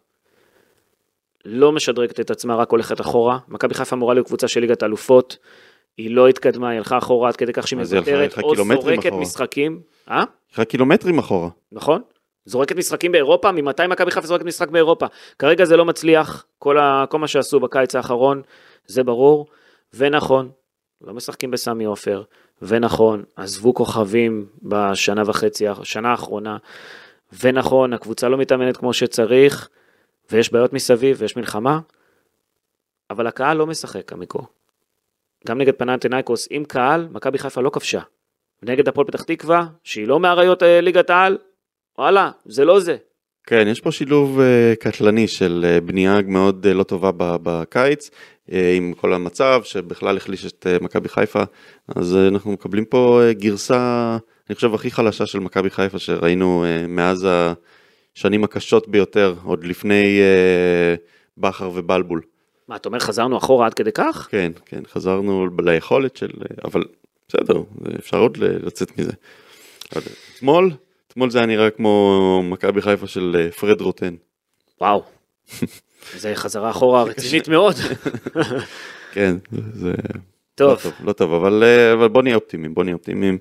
לא משדרגת את עצמה, רק הולכת אחורה. מכבי חיפה אמורה להיות קבוצה של ליגת האלופות, היא לא התקדמה, היא הלכה אחורה עד כדי כך שהיא מוותרת, או זורקת משחקים. הלכה קילומטרים אחורה. נכון. זורקת משחקים באירופה, ממתי מכבי חיפה זורקת משחק באירופה? כרגע זה לא מצליח, כל מה שעשו בקיץ האחרון, זה ברור, ונכון, לא משחקים בסמי עופר, ונכון, עזבו כוכבים בשנה וחצי, השנה האחרונה, ונכון, הקבוצה לא מתאמנת כמו שצריך, ויש בעיות מסביב, ויש מלחמה, אבל הקהל לא משחק, עמיקו. גם נגד פנתנייקוס, עם קהל, מכבי חיפה לא כבשה. נגד הפועל פתח תקווה, שהיא לא מאריות ליגת העל, וואלה, זה לא זה. כן, יש פה שילוב קטלני של בנייה מאוד לא טובה בקיץ, עם כל המצב שבכלל החליש את מכבי חיפה, אז אנחנו מקבלים פה גרסה, אני חושב, הכי חלשה של מכבי חיפה, שראינו מאז השנים הקשות ביותר, עוד לפני בחר ובלבול. מה, אתה אומר, חזרנו אחורה עד כדי כך? כן, חזרנו ליכולת של, אבל בסדר, אפשר עוד לצאת מזה. אתמול זה היה נראה כמו מכבי חיפה של פרד רוטן. וואו, זה חזרה אחורה רצינית מאוד. כן, זה טוב. לא טוב, אבל בוא נהיה אופטימיים,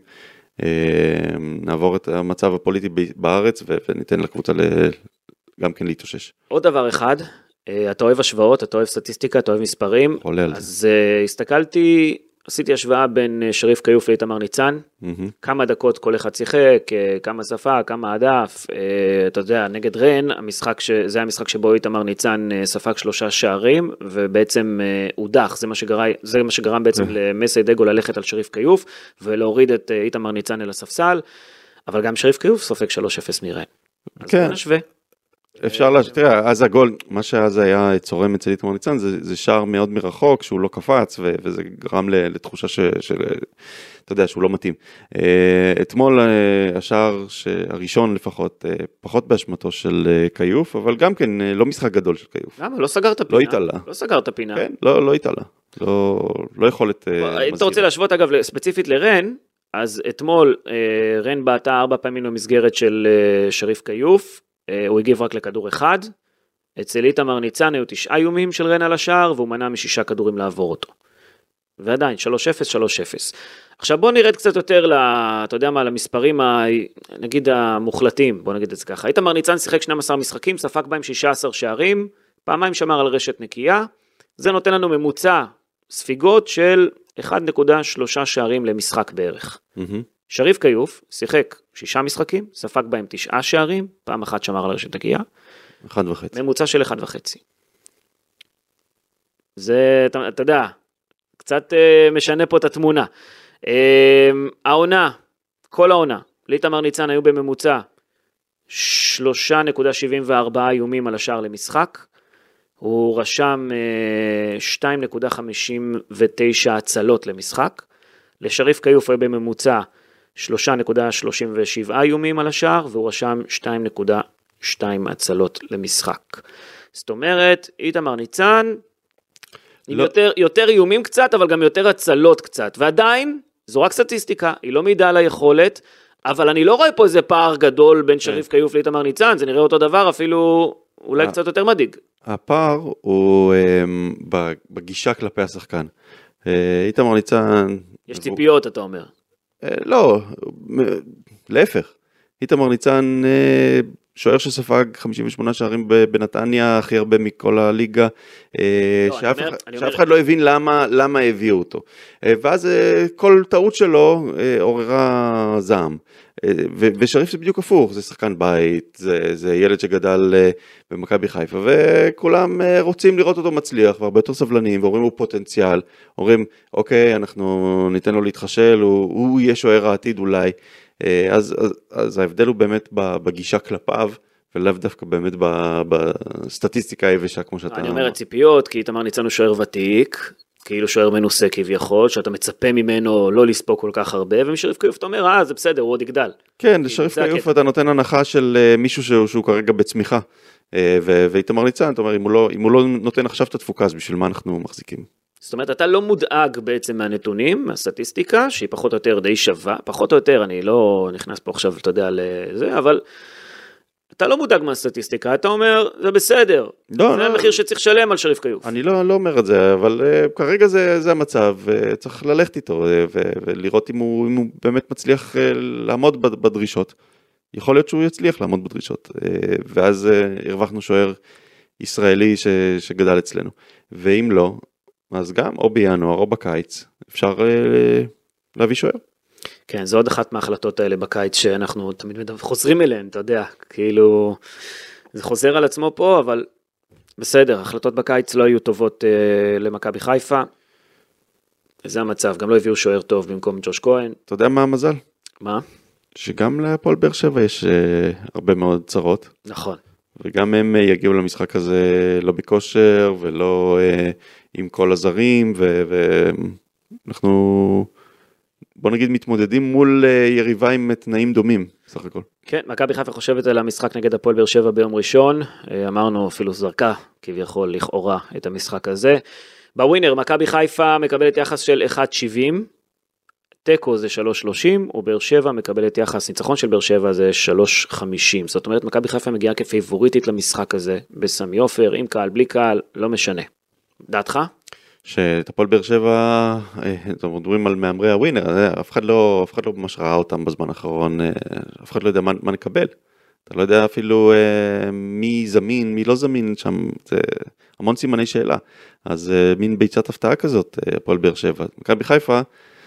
נעבור את המצב הפוליטי בארץ, וניתן לקבוצה גם כן להתאושש. עוד דבר אחד, אתה אוהב השוואות, אתה אוהב סטטיסטיקה, אתה אוהב מספרים, אז הסתכלתי, עשיתי השוואה בין שריף קיוף לאיתמר ניצן, כמה דקות כל אחד שיחק, כמה שפה, כמה עדף, אתה יודע, נגד רן, זה המשחק שבו איתמר ניצן ספג 3 שערים, ובעצם הודח, זה מה שגרם בעצם למסיידגו ללכת על שריף קיוף, ולהוריד את איתמר ניצן אל הספסל, אבל גם שריף קיוף סופג 3-0 מרן. אז בוא נשווה. אפשר תראה, אז הגול, מה שאז היה צורם אצל איתמר ניצן, זה שער מאוד מרחוק, שהוא לא קפץ, וזה גרם לתחושה של, אתה יודע, שהוא לא מתאים. אתמול השער הראשון לפחות, פחות באשמתו של קיוף, אבל גם כן לא משחק גדול של קיוף. למה? לא סגרת פינה. לא התעלה. לא סגרת פינה. כן, לא התעלה. לא יכולת... אם אתה רוצה להשוות אגב ספציפית לרן, אז אתמול רן בעטה 4 פעמים למסגרת של שריף קיוף, הוא הגיב רק לכדור אחד, אצל איתמר ניצן היו 9 איומים של רן על השער, והוא מנע מ6 כדורים לעבור אותו. ועדיין, 3-0. עכשיו בוא נרד קצת יותר, אתה יודע מה, למספרים, נגיד המוחלטים, בוא נגיד את זה ככה. איתמר ניצן שיחק 12 משחקים, ספג בהם 16 שערים, פעמיים שמר על רשת נקייה, זה נותן לנו ממוצע ספיגות של 1.3 שערים למשחק בערך. שריף קיוף שיחק 6 משחקים, ספג בהם 9 שערים, פעם אחת שמר על רשת נקייה. 1.5. ממוצע של 1.5. זה, אתה יודע, קצת משנה פה את התמונה. העונה, כל העונה, לאיתמר ניצן היו בממוצע 3.74 איומים על השער למשחק, הוא רשם 2.59 הצלות למשחק, לשריף קיוף היה בממוצע 3.37 איומים על השער, והוא רשם 2.2 הצלות למשחק. זאת אומרת, איתמר ניצן, לא. יותר איומים קצת, אבל גם יותר הצלות קצת, ועדיין, זו רק סטטיסטיקה, היא לא מידה על היכולת, אבל אני לא רואה פה איזה פער גדול בין שריף קיוף לאיתמר ניצן, זה נראה אותו דבר, אפילו אולי קצת יותר מדאיג. הפער הוא בגישה כלפי השחקן. איתמר ניצן... יש ציפיות, אתה אומר. לא, להפך. איתמר ניצן שוער שספג 58 שערים בנתניה, הכי הרבה מכל הליגה, שאף אחד לא הבין למה הביאו אותו. ואז כל טעות שלו עוררה זעם. ושריף זה בדיוק הפוך, זה שחקן בית, זה ילד שגדל במכבי חיפה, וכולם רוצים לראות אותו מצליח, והרבה יותר סבלנים, ואומרים הוא פוטנציאל, אומרים, אוקיי, אנחנו ניתן לו להתחשל, הוא יהיה שוער העתיד אולי, אז ההבדל הוא באמת בגישה כלפיו, ולאו דווקא באמת בסטטיסטיקה היבשה, כמו שאתה... אני אומר הציפיות, כי איתמר ניצן הוא שוער ותיק, כאילו שוער מנוסה כביכול, שאתה מצפה ממנו לא לספוג כל כך הרבה, ומשריף כיוף אתה אומר, זה בסדר, הוא עוד יגדל. כן, שריף כיוף אתה נותן הנחה של מישהו שהוא כרגע בצמיחה, ואיתמר ניצן, אתה אומר, אם הוא לא נותן עכשיו את התפוקה, אז בשביל מה אנחנו מחזיקים? זאת אומרת, אתה לא מודאג בעצם מהנתונים, מהסטטיסטיקה, שהיא פחות או יותר די שווה, פחות או יותר, אני לא נכנס פה עכשיו, אתה יודע, לזה, אבל אתה לא מודאג מהסטטיסטיקה, אתה אומר, זה בסדר, זה המחיר שצריך לשלם על שריף כיוף. אני לא אומר את זה, אבל כרגע זה המצב, צריך ללכת איתו, ולראות אם הוא באמת מצליח לעמוד בדרישות. יכול להיות שהוא יצליח לעמוד בדרישות, ואז הרווחנו שוער ישראלי שגדל אצלנו. ואם לא, אז גם או בינואר או בקיץ, אפשר להביא שוער. כן, זו עוד אחת מההחלטות האלה בקיץ שאנחנו תמיד חוזרים אליהן, אתה יודע, כאילו, זה חוזר על עצמו פה, אבל בסדר, החלטות בקיץ לא היו טובות למכבי חיפה, זה המצב, גם לא הביאו שוער טוב במקום ג'וש כהן. אתה יודע מה המזל? מה? שגם להפועל באר שבע יש הרבה מאוד צרות. נכון. וגם הם יגיעו למשחק הזה לא בכושר, ולא עם כל הזרים, ואנחנו... בוא נגיד מתמודדים מול יריבה עם תנאים דומים, סך הכל. כן, מכבי חיפה חושבת על המשחק נגד הפועל באר שבע ביום ראשון, אמרנו אפילו זרקה כביכול לכאורה את המשחק הזה. בווינר, מכבי חיפה מקבלת יחס של 1.70, טקו זה 3.30, ובאר שבע מקבלת יחס, ניצחון של באר שבע זה 3.50, זאת אומרת מכבי חיפה מגיעה כפייבוריטית למשחק הזה, בסמי עופר, עם קהל, בלי קהל, לא משנה. דעתך? שאת הפועל באר שבע, אתם מדברים על מאמרי הווינר, אף אחד לא ממש ראה אותם בזמן האחרון, אף אחד לא יודע מה נקבל, אתה לא יודע אפילו מי זמין, מי לא זמין שם, זה המון סימני שאלה, אז מין ביצת הפתעה כזאת, הפועל באר שבע, מכבי חיפה,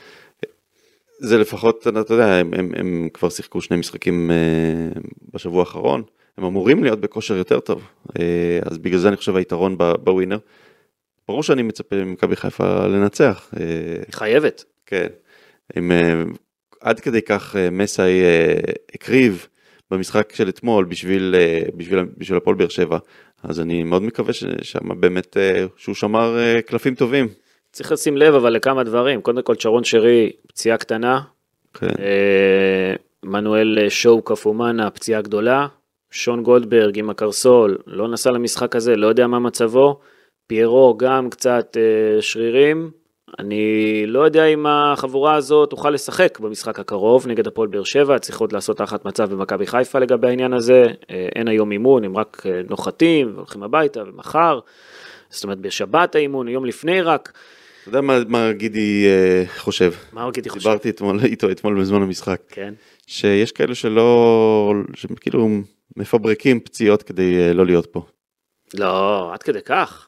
זה לפחות, אתה יודע, הם כבר שיחקו 2 משחקים בשבוע האחרון, הם אמורים להיות בכושר יותר טוב, אז בגלל זה אני חושב היתרון בווינר, ברור שאני מצפה ממכבי חיפה לנצח. היא חייבת. כן. עד כדי כך מסי הקריב במשחק של אתמול בשביל הפועל באר שבע, אז אני מאוד מקווה ששם באמת שהוא שמר קלפים טובים. צריך לשים לב אבל לכמה דברים, קודם כל שרון שרי פציעה קטנה, כן. מנואל שואו קפומנה פציעה גדולה, שון גולדברג עם הקרסול לא נסע למשחק הזה, לא יודע מה מצבו, פיירו גם קצת שרירים, אני לא יודע אם החבורה הזאת תוכל לשחק במשחק הקרוב נגד הפועל באר שבע, צריכות לעשות תחת מצב במכבי חיפה לגבי העניין הזה, אין היום אימון, הם רק נוחתים והולכים הביתה ומחר, זאת אומרת בשבת האימון, יום לפני רק. אתה יודע מה גידי חושב? מה גידי חושב? דיברתי איתו אתמול בזמן המשחק. כן. שיש כאלו שכאילו מפברקים פציעות כדי לא להיות פה. לא, עד כדי כך.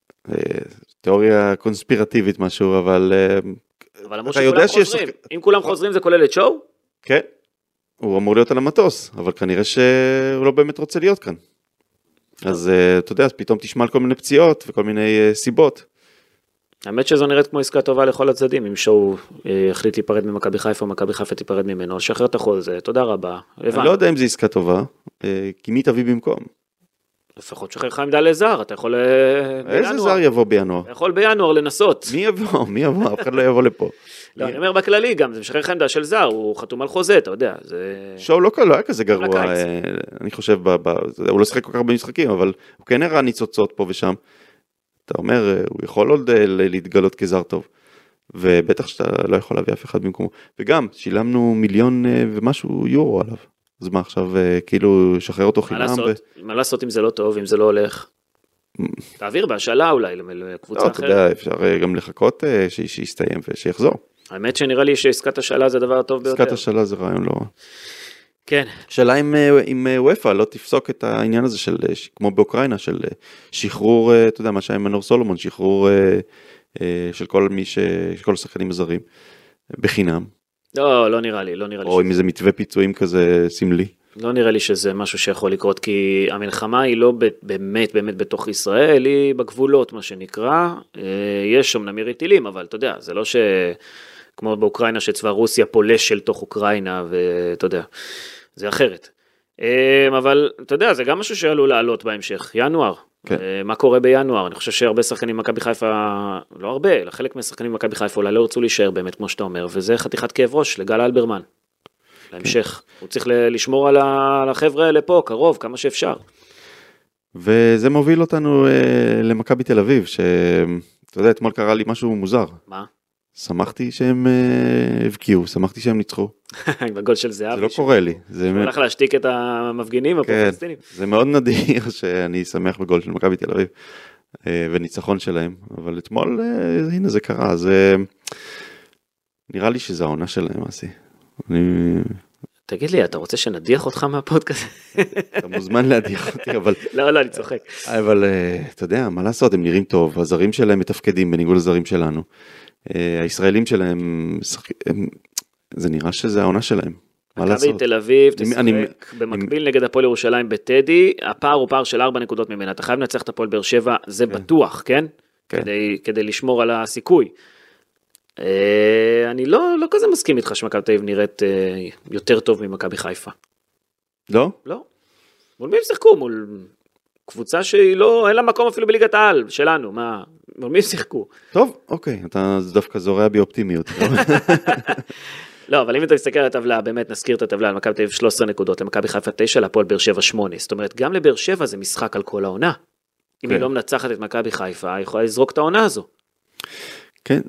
תיאוריה קונספירטיבית משהו, אבל אמרו שכולם חוזרים, אם כולם חוזרים זה כולל את שואו? כן, הוא אמור להיות על המטוס, אבל כנראה שהוא לא באמת רוצה להיות כאן. אז אתה יודע, אז פתאום תשמע על כל מיני פציעות וכל מיני סיבות. האמת שזו נראית כמו עסקה טובה לכל הצדדים, אם שואו החליט להיפרד ממכבי חיפה, או מכבי חיפה תיפרד ממנו, שחרר את החול זה, תודה רבה. אני לא יודע אם זו עסקה טובה, כי מי תביא במקום? לפחות שחרר לך עמדה לזר, אתה יכול איזה זר יבוא בינואר? אתה יכול בינואר לנסות. מי יבוא? אף אחד לא יבוא לפה. לא, אני אומר בכללי גם, זה משחרר לך עמדה של זר, הוא חתום על חוזה, אתה יודע. שואו לא היה כזה גרוע, אני חושב, הוא לא שחק כל כך במשחקים, אבל הוא כן הראה ניצוצות פה ושם. אתה אומר, הוא יכול עוד להתגלות כזר טוב, ובטח שאתה לא יכול להביא אף אחד במקומו. וגם, שילמנו 1,000,000 ומשהו יורו עליו. אז מה עכשיו, כאילו, שחרר אותו חינם? מה לעשות אם זה לא טוב, אם זה לא הולך? תעביר בהשאלה אולי לקבוצה אחרת. אתה יודע, אפשר גם לחכות שיסתיים ושיחזור. האמת שנראה לי שעסקת השאלה זה הדבר הטוב ביותר. עסקת השאלה זה רעיון לא... כן. שאלה אם וופא לא תפסוק את העניין הזה של, כמו באוקראינה, של שחרור, אתה יודע, מה שהיה מנור סולומון, שחרור של כל השחקנים הזרים, בחינם. לא נראה לי. או עם איזה מתווה פיצויים כזה סמלי. לא נראה לי שזה משהו שיכול לקרות, כי המלחמה היא לא באמת בתוך ישראל, היא בגבולות מה שנקרא, יש שם נמירי טילים, אבל אתה יודע, זה לא כמו באוקראינה שצבא רוסיה פולש של תוך אוקראינה, ואתה יודע, זה אחרת. אבל אתה יודע, זה גם משהו שעלול לעלות בהמשך, ינואר. מה קורה בינואר? אני חושב שהרבה שחקנים מכבי חיפה, לא הרבה, אלא חלק מהשחקנים מכבי חיפה אולי לא ירצו להישאר באמת, כמו שאתה אומר, וזה חתיכת כאב ראש לגל אלברמן. להמשך. הוא צריך לשמור על החבר'ה האלה פה, קרוב, כמה שאפשר. וזה מוביל אותנו למכבי תל אביב, שאתה יודע, אתמול קרה לי משהו מוזר. מה? שמחתי שהם הבקיעו, שמחתי שהם ניצחו. בגול של זהבי. זה לא קורה לי. הוא הולך להשתיק את המפגינים, הפלסטינים. זה מאוד נדיר שאני שמח בגול של מכבי תל אביב, וניצחון שלהם. אבל אתמול, הנה זה קרה, זה נראה לי שזה העונה שלהם, אסי. תגיד לי, אתה רוצה שנדיח אותך מהפודקאסט? אתה מוזמן להדיח אותי, אבל... לא, אני צוחק. אבל אתה יודע, מה לעשות, הם נראים טוב, הזרים שלהם מתפקדים בניגוד לזרים שלנו. הישראלים שלהם, זה נראה שזה העונה שלהם. מכבי תל אביב, תשחק במקביל נגד הפועל ירושלים בטדי, הפער הוא פער של 4 נקודות ממנה, אתה חייב לנצח את הפועל באר שבע, זה בטוח, כן? כדי לשמור על הסיכוי. אני לא כזה מסכים איתך שמכבי תל אביב נראית יותר טוב ממכבי חיפה. לא? לא. מול מי הם שיחקו? מול קבוצה שהיא לא, אין לה מקום אפילו בליגת העל שלנו, מה? מול מי הם שיחקו? טוב, אוקיי, אתה דווקא זורע בי אופטימיות. לא, אבל אם אתה מסתכל על הטבלה, באמת נזכיר את הטבלה, למכבי תל אביב 13 נקודות, למכבי חיפה 9, להפועל באר שבע 8. זאת אומרת, גם לבאר שבע זה משחק על כל העונה. אם היא לא מנצחת את מכבי חיפה, היא יכולה לזרוק את העונה הזו. כן,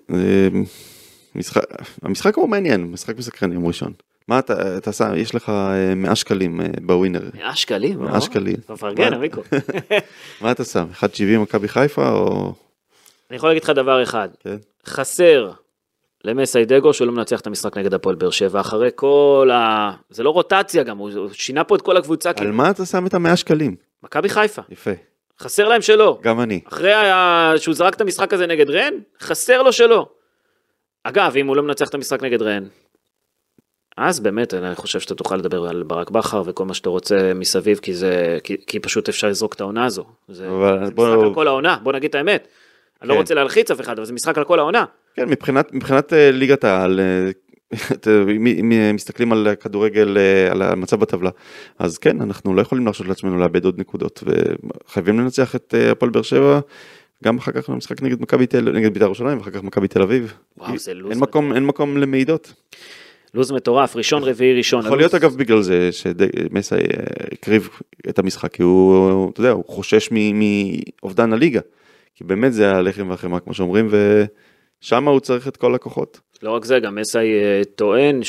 המשחק הוא מעניין, משחק מסקרן יום ראשון. מה אתה עושה? יש לך 100 שקלים בווינר. 100 שקלים? 100 שקלים. תפרגן, עמיקו. מה אתה שם? 1.70 מכבי חיפה או... אני יכול להגיד לך דבר אחד. חסר למסיידגו שהוא לא מנצח את המשחק נגד הפועל באר שבע, אחרי כל זה לא רוטציה גם, הוא שינה פה את כל הקבוצה. על מה אתה שם את 100 שקלים? מכבי חיפה. יפה. חסר להם שלא. גם אני. אחרי שהוא זרק את המשחק הזה נגד רן, חסר לו שלא. אגב, אם הוא לא מנצח את המשחק נגד רן, אז באמת אני חושב שאתה תוכל לדבר על ברק בכר וכל מה שאתה רוצה מסביב, כי פשוט אפשר לזרוק את העונה הזו. זה משחק על כל העונה, בוא נגיד את האמת. אני לא רוצה להלחיץ אף אחד, אבל זה משחק על כל העונה. כן, מבחינת ליגת העל, אם מסתכלים על כדורגל, על המצב בטבלה, אז כן, אנחנו לא יכולים להרשות לעצמנו לאבד עוד נקודות, וחייבים לנצח את הפועל באר שבע, גם אחר כך המשחק נגד בית"ר ירושלים, ואחר כך מכבי תל אביב. אין מקום למעידות. לוז מטורף, ראשון, רביעי, ראשון. יכול להיות אגב בגלל זה שמסי הקריב את המשחק, כי הוא, אתה יודע, הוא חושש מאובדן הליגה, כי באמת זה הלחם והחמאה, כמו שאומרים, ושם הוא צריך את כל הכוחות. לא רק זה, גם מסי טוען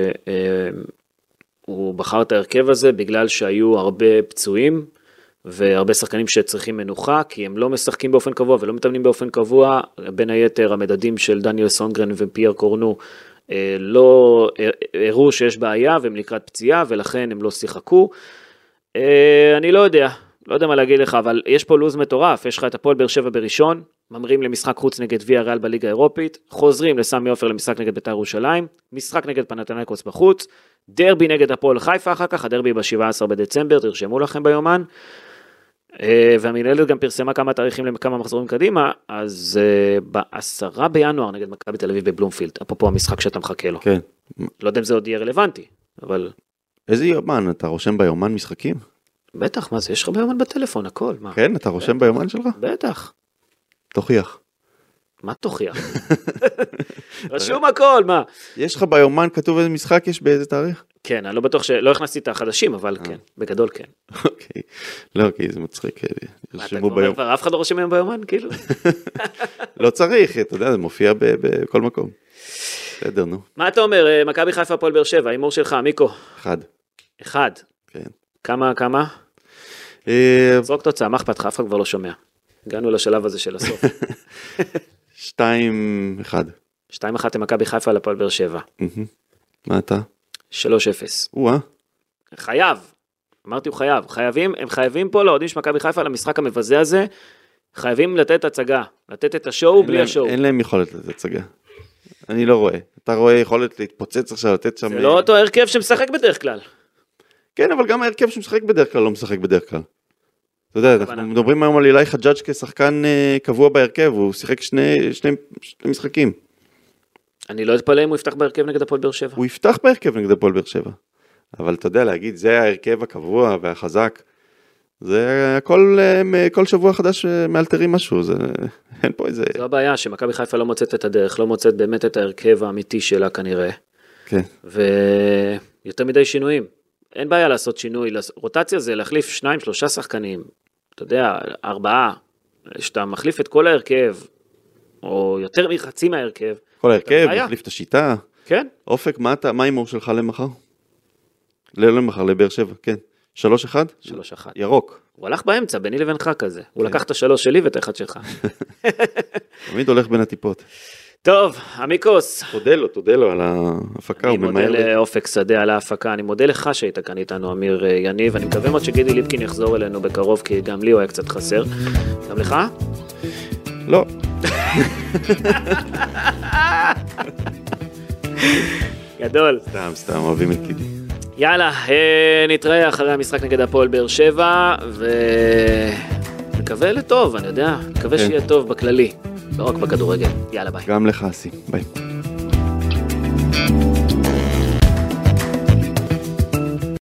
שהוא בחר את ההרכב הזה, בגלל שהיו הרבה פצועים, והרבה שחקנים שצריכים מנוחה, כי הם לא משחקים באופן קבוע, ולא מתאמנים באופן קבוע, בין היתר המדדים של דניאל סונגרן ופייר קורנו, לא הראו שיש בעיה, והם לקראת פציעה, ולכן הם לא שיחקו. אני לא יודע מה להגיד לך, אבל יש פה לוז מטורף, יש לך את הפועל באר שבע בראשון, ממרים למשחק חוץ נגד ויה ריאל בליגה האירופית, חוזרים לסמי עופר למשחק נגד בית"ר ירושלים, משחק נגד פנתנייקוס בחוץ, דרבי נגד הפועל חיפה אחר כך, הדרבי ב-17 בדצמבר, תרשמו לכם ביומן, והמנהלת גם פרסמה כמה תאריכים לכמה מחזורים קדימה, אז ב10 בינואר נגד מכבי תל אביב בבלומפילד, אפרופו המשחק שאתה מחכה לו. כן. לא יודע אם זה עוד יהיה רלוונטי, אבל... איזה יומן? אתה רושם ביומן משחקים? בטח, מה זה? יש לך ביומן בטלפון, הכל. מה? כן, אתה רושם ביומן שלך? בטח. תוכיח. מה תוכיח? רשום הכל, מה? יש לך ביומן כתוב איזה משחק יש באיזה תאריך? כן, אני לא בטוח שלא הכנסתי את החדשים, אבל כן, בגדול כן. אוקיי, לא, כי זה מצחיק. אף אחד לא רושם היום ביומן, כאילו? לא צריך, אתה יודע, זה מופיע בכל מקום. בסדר, נו. מה אתה אומר, מכבי חיפה הפועל באר שבע, הימור שלך, מיקו? 1. כן. כמה? זרוק תוצאה, מה אכפת לך? אף אחד כבר לא שומע. הגענו לשלב הזה של הסוף. 2-1. 2-1 למכבי חיפה על הפועל באר שבע. מה אתה? 3-0. חייב. אמרתי הוא חייב. הם חייבים פה להודיע שמכבי חיפה למשחק המבזה הזה, חייבים לתת הצגה, לתת את השואו בלי השואו. אין להם יכולת לתת הצגה. אני לא רואה. אתה רואה יכולת להתפוצץ עכשיו, לתת שם... זה לא אותו הרכב שמשחק בדרך כלל. כן, אבל גם ההרכב שמשחק בדרך כלל לא משחק בדרך כלל. אתה יודע, אנחנו מדברים היום על אילי חג'אג' כשחקן קבוע בהרכב, הוא שיחק שני משחקים. אני לא אתפלא אם הוא יפתח בהרכב נגד הפועל באר שבע. הוא יפתח בהרכב נגד הפועל באר שבע. אבל אתה יודע להגיד, זה ההרכב הקבוע והחזק. זה כל שבוע חדש מאלתרים משהו, אין פה איזה... זו הבעיה, שמכבי חיפה לא מוצאת את הדרך, לא מוצאת באמת את ההרכב האמיתי שלה כנראה. כן. ויותר מדי שינויים. אין בעיה לעשות שינוי, רוטציה זה להחליף 2-3 שחקנים, אתה יודע, 4, שאתה מחליף את כל ההרכב, או יותר מחצי מההרכב. כל ההרכב, מחליף את השיטה. כן. אופק, מה ההימור שלך למחר? לא למחר, לבאר שבע, כן. 3-1? 3-1. ירוק. הוא הלך באמצע, ביני לבינך כזה. הוא לקח את ה3 שלי ואת ה1 שלך. תמיד הולך בין הטיפות. טוב, עמיקוס. תודה לו על ההפקה. אני מודה לאופק שדה על ההפקה. אני מודה לך שהיית כאן איתנו, אמיר יניב. אני מקווה מאוד שגידי ליפקין יחזור אלינו בקרוב, כי גם לי הוא היה קצת חסר. גם לך? לא. גדול. סתם, אוהבים את גידי. יאללה, נתראה אחרי המשחק נגד הפועל באר שבע, ונקווה לטוב, אני יודע, נקווה שיהיה טוב בכללי, לא רק בכדורגל. יאללה, ביי. גם לך, אסי, ביי.